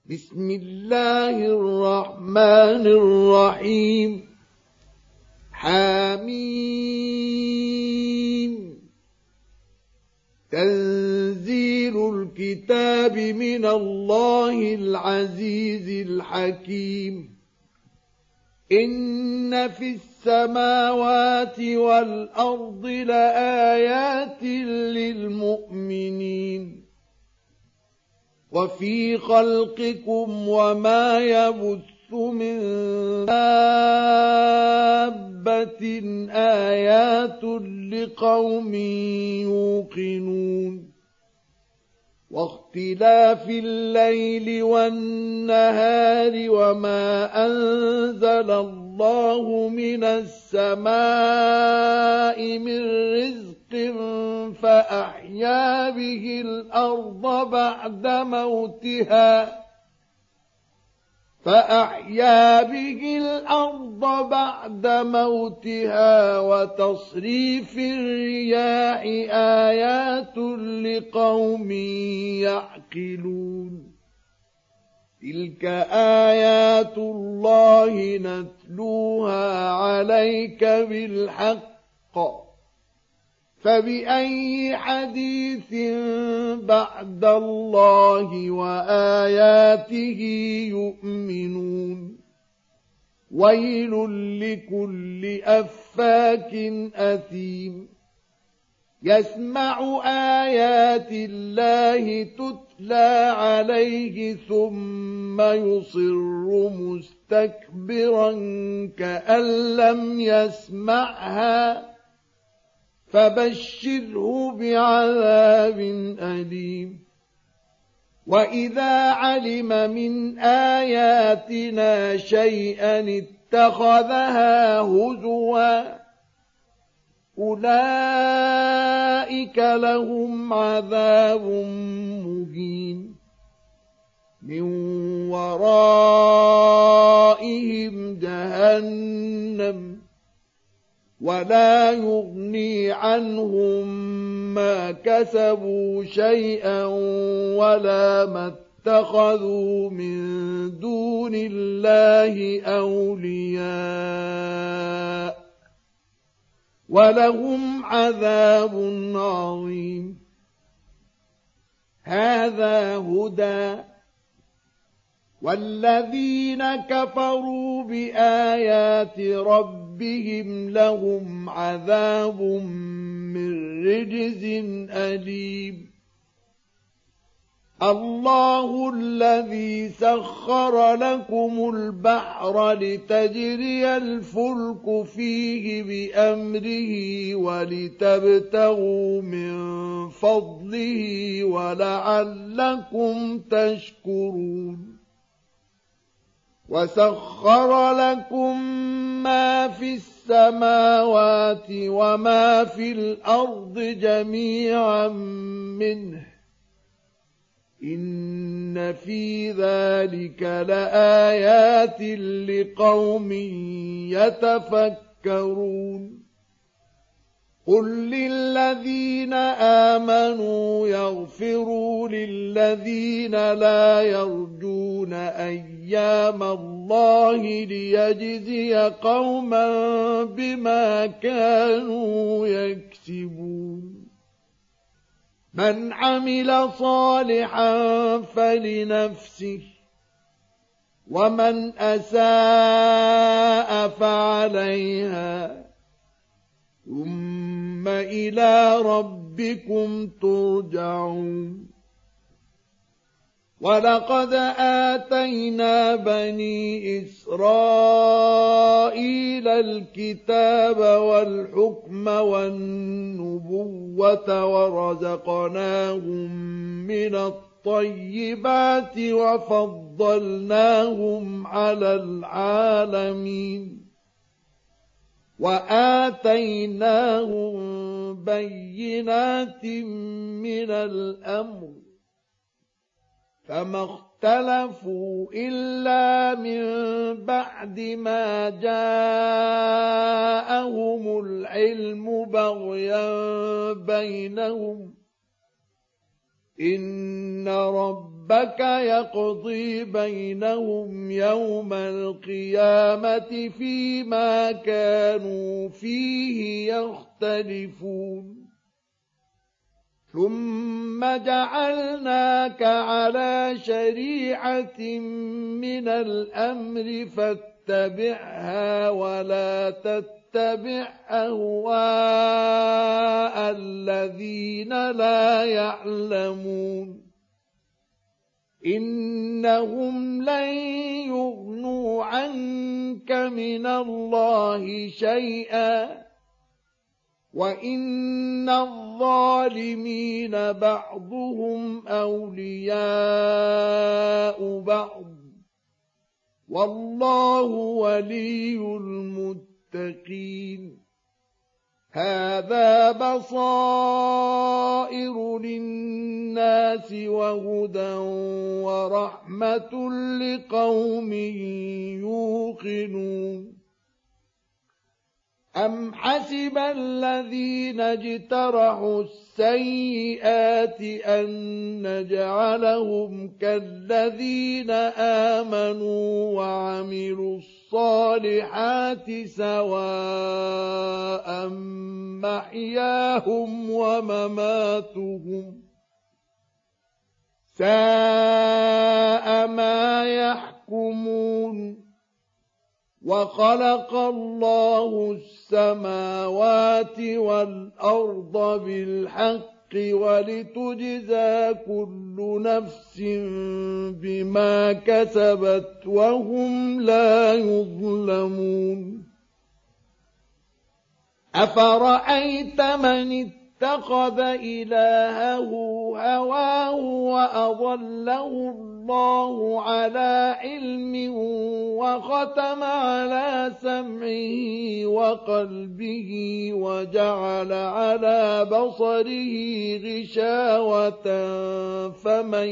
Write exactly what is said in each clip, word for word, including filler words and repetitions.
بسم الله الرحمن الرحيم حميم تنزيل الكتاب من الله العزيز الحكيم إن في السماوات والأرض لآيات للمؤمنين وفي خلقكم وما يبث من دابة آيات لقوم يوقنون واختلاف الليل والنهار وما أنزل الله من السماء من رزق فأحيا به الأرض بعد موتها فأحيا به الأرض بعد موتها وتصريف الرياح آيات لقوم يعقلون تلك آيات الله نتلوها عليك بالحق فبأي حديث بعد الله وآياته يؤمنون ويل لكل أفاك أثيم يسمع آيات الله تتلى عليه ثم يصر مستكبرا كأن لم يسمعها فبشره بعذاب أليم وإذا علم من آياتنا شيئا اتخذها هزوا أولئك لهم عذاب مهين من ورائهم جهنم ولا يغني عنهم ما كسبوا شيئا ولا ما اتخذوا من دون الله أولياء ولهم عذاب عظيم هذا هدى والذين كفروا بآيات ربهم لهم عذاب من رجز أليم الله الذي سخر لكم البحر لتجري الفلك فيه بأمره ولتبتغوا من فضله ولعلكم تشكرون وسخر لكم ما في السماوات وما في الأرض جميعا منه إن في ذلك لآيات لقوم يتفكرون قل للذين آمنوا يغفروا للذين لا يرجون أيام الله ليجزي قوما بما كانوا يكسبون من عمل صالحا فلنفسه ومن أساء فعليها ثم إلى ربكم ترجعون ولقد آتينا بني إسرائيل الكتاب والحكم والنبوة ورزقناهم من الطيبات وفضلناهم على العالمين وآتيناهم بينات من الأمر فما اختلفوا إلا من بعد ما جاءهم العلم بغيا بينهم إن رب ربك يقضي بينهم يوم القيامة فيما كانوا فيه يختلفون ثم جعلناك على شريعة من الأمر فاتبعها ولا تتبع أهواء الذين لا يعلمون إنهم لن يغنوا عنك من الله شيئا وإن الظالمين بعضهم أولياء بعض والله ولي المتقين هذا بصائر للناس وهدى ورحمة لقوم يوقنون أم حسب الذين اجترحوا السيئات أن نجعلهم كالذين آمنوا وعملوا الصالحات سواء محياهم ومماتهم ساء ما يحكمون وخلق الله السماوات والأرض بالحق ولتجزى كل نفس بما كسبت وهم لا يظلمون أفرأيت من اتخذ إلهه هواه وأضله الله على علم وختم على سمعه وقلبه وجعل على بصره غشاوة فمن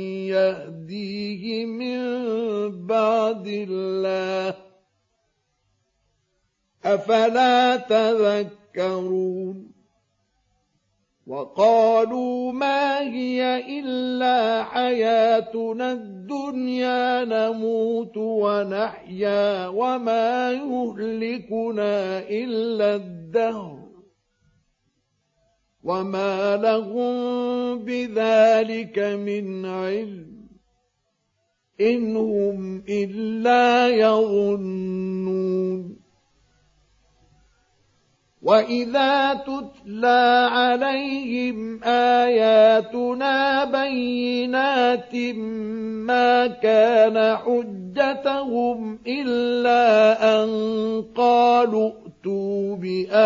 يهديه من بعد الله أفلا تذكرون وقالوا ما هي إلا حياتنا الدنيا نموت ونحيا وما يهلكنا إلا الدهر وما لهم بذلك من علم إن هم إلا يظنون وَإِذَا تُتْلَى عَلَيْهِمْ آيَاتُنَا بَيِّنَاتٍ مَا كَانَ حُجَّتُهُمْ إِلَّا أَن قَالُوا ائْتُوا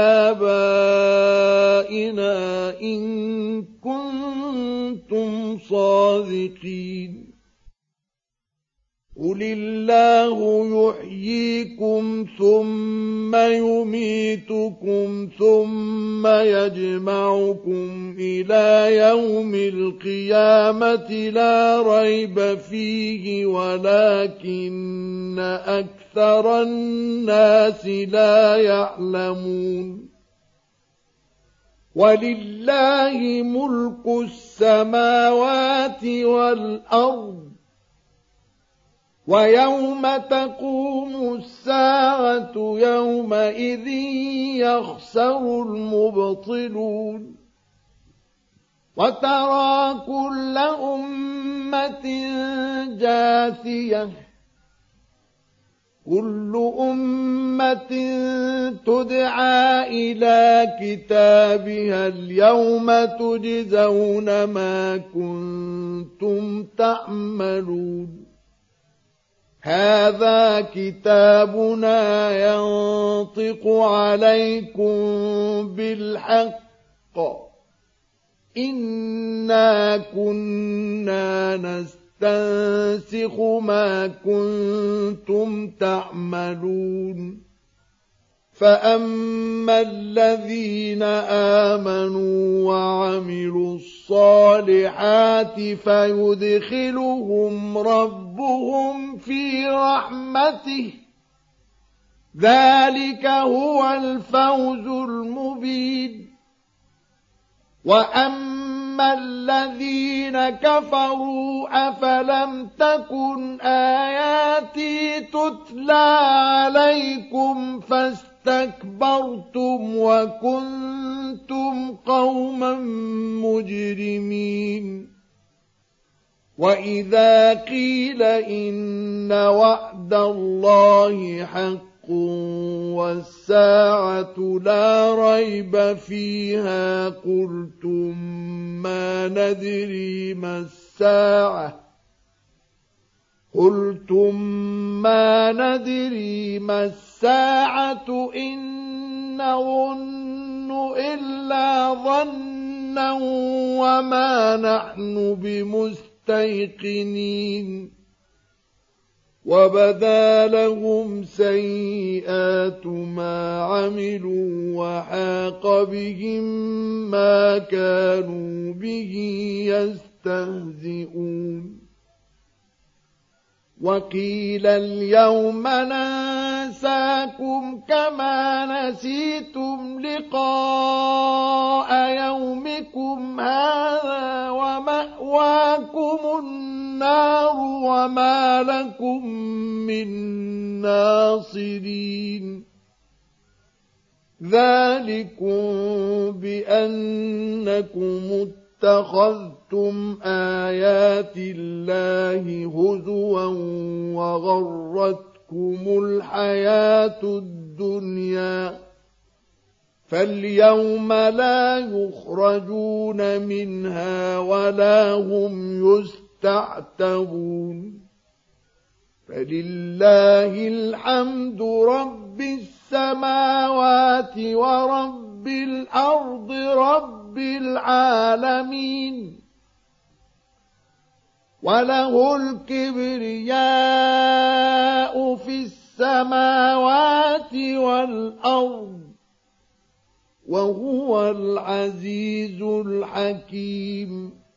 بِآبَائِنَا إِن كُنتُمْ صَادِقِينَ قُلِ اللَّهُ يُحْيِيكُمْ ثُمَّ يُمِيتُكُمْ ثُمَّ يَجْمَعُكُمْ إِلَى يَوْمِ الْقِيَامَةِ لَا رَيْبَ فِيهِ وَلَكِنَّ أَكْثَرَ النَّاسِ لَا يَعْلَمُونَ وَلِلَّهِ مُلْكُ السَّمَاوَاتِ وَالْأَرْضِ وَيَوْمَ تَقُومُ السَّاعَةُ يَوْمَئِذٍ يَخْسَرُ الْمُبْطِلُونَ وَتَرَى كُلَّ أُمَّةٍ جَاثِيَةً كُلُّ أُمَّةٍ تُدْعَى إِلَى كِتَابِهَا الْيَوْمَ تُجْزَوْنَ مَا كُنتُمْ تَعْمَلُونَ هذا كتابنا ينطق عليكم بالحق إنا كنا نستنسخ ما كنتم تعملون فأما الذين آمنوا وعملوا الصالحات فيدخلهم ربهم في رحمته ذلك هو الفوز المبين وأما أما الذين كفروا أفلم تكن آياتي تتلى عليكم فاستكبرتم وكنتم قوما مجرمين وإذا قيل إن وعد الله حق والساعة لا ريب فيها قلتم ما ندري ما الساعة قلتم ما ندري ما الساعة إن نظن إلا ظنا وما نحن بمستيقنين وبدا لهم سيئات ما عملوا وحاق بهم ما كانوا به يستهزئون وقيل اليوم ننساكم كما نسيتم لقاء يومكم هذا ومأواكم النار وما لكم من ناصرين ذلكم بأنكم اتخذتم آيات الله هزوا وغرتكم الحياة الدنيا فاليوم لا يخرجون منها ولا هم يستعتبون فلله الحمد رب السماوات ورب الأرض رب العالمين وله الكبرياء في السماوات والأرض وهو العزيز الحكيم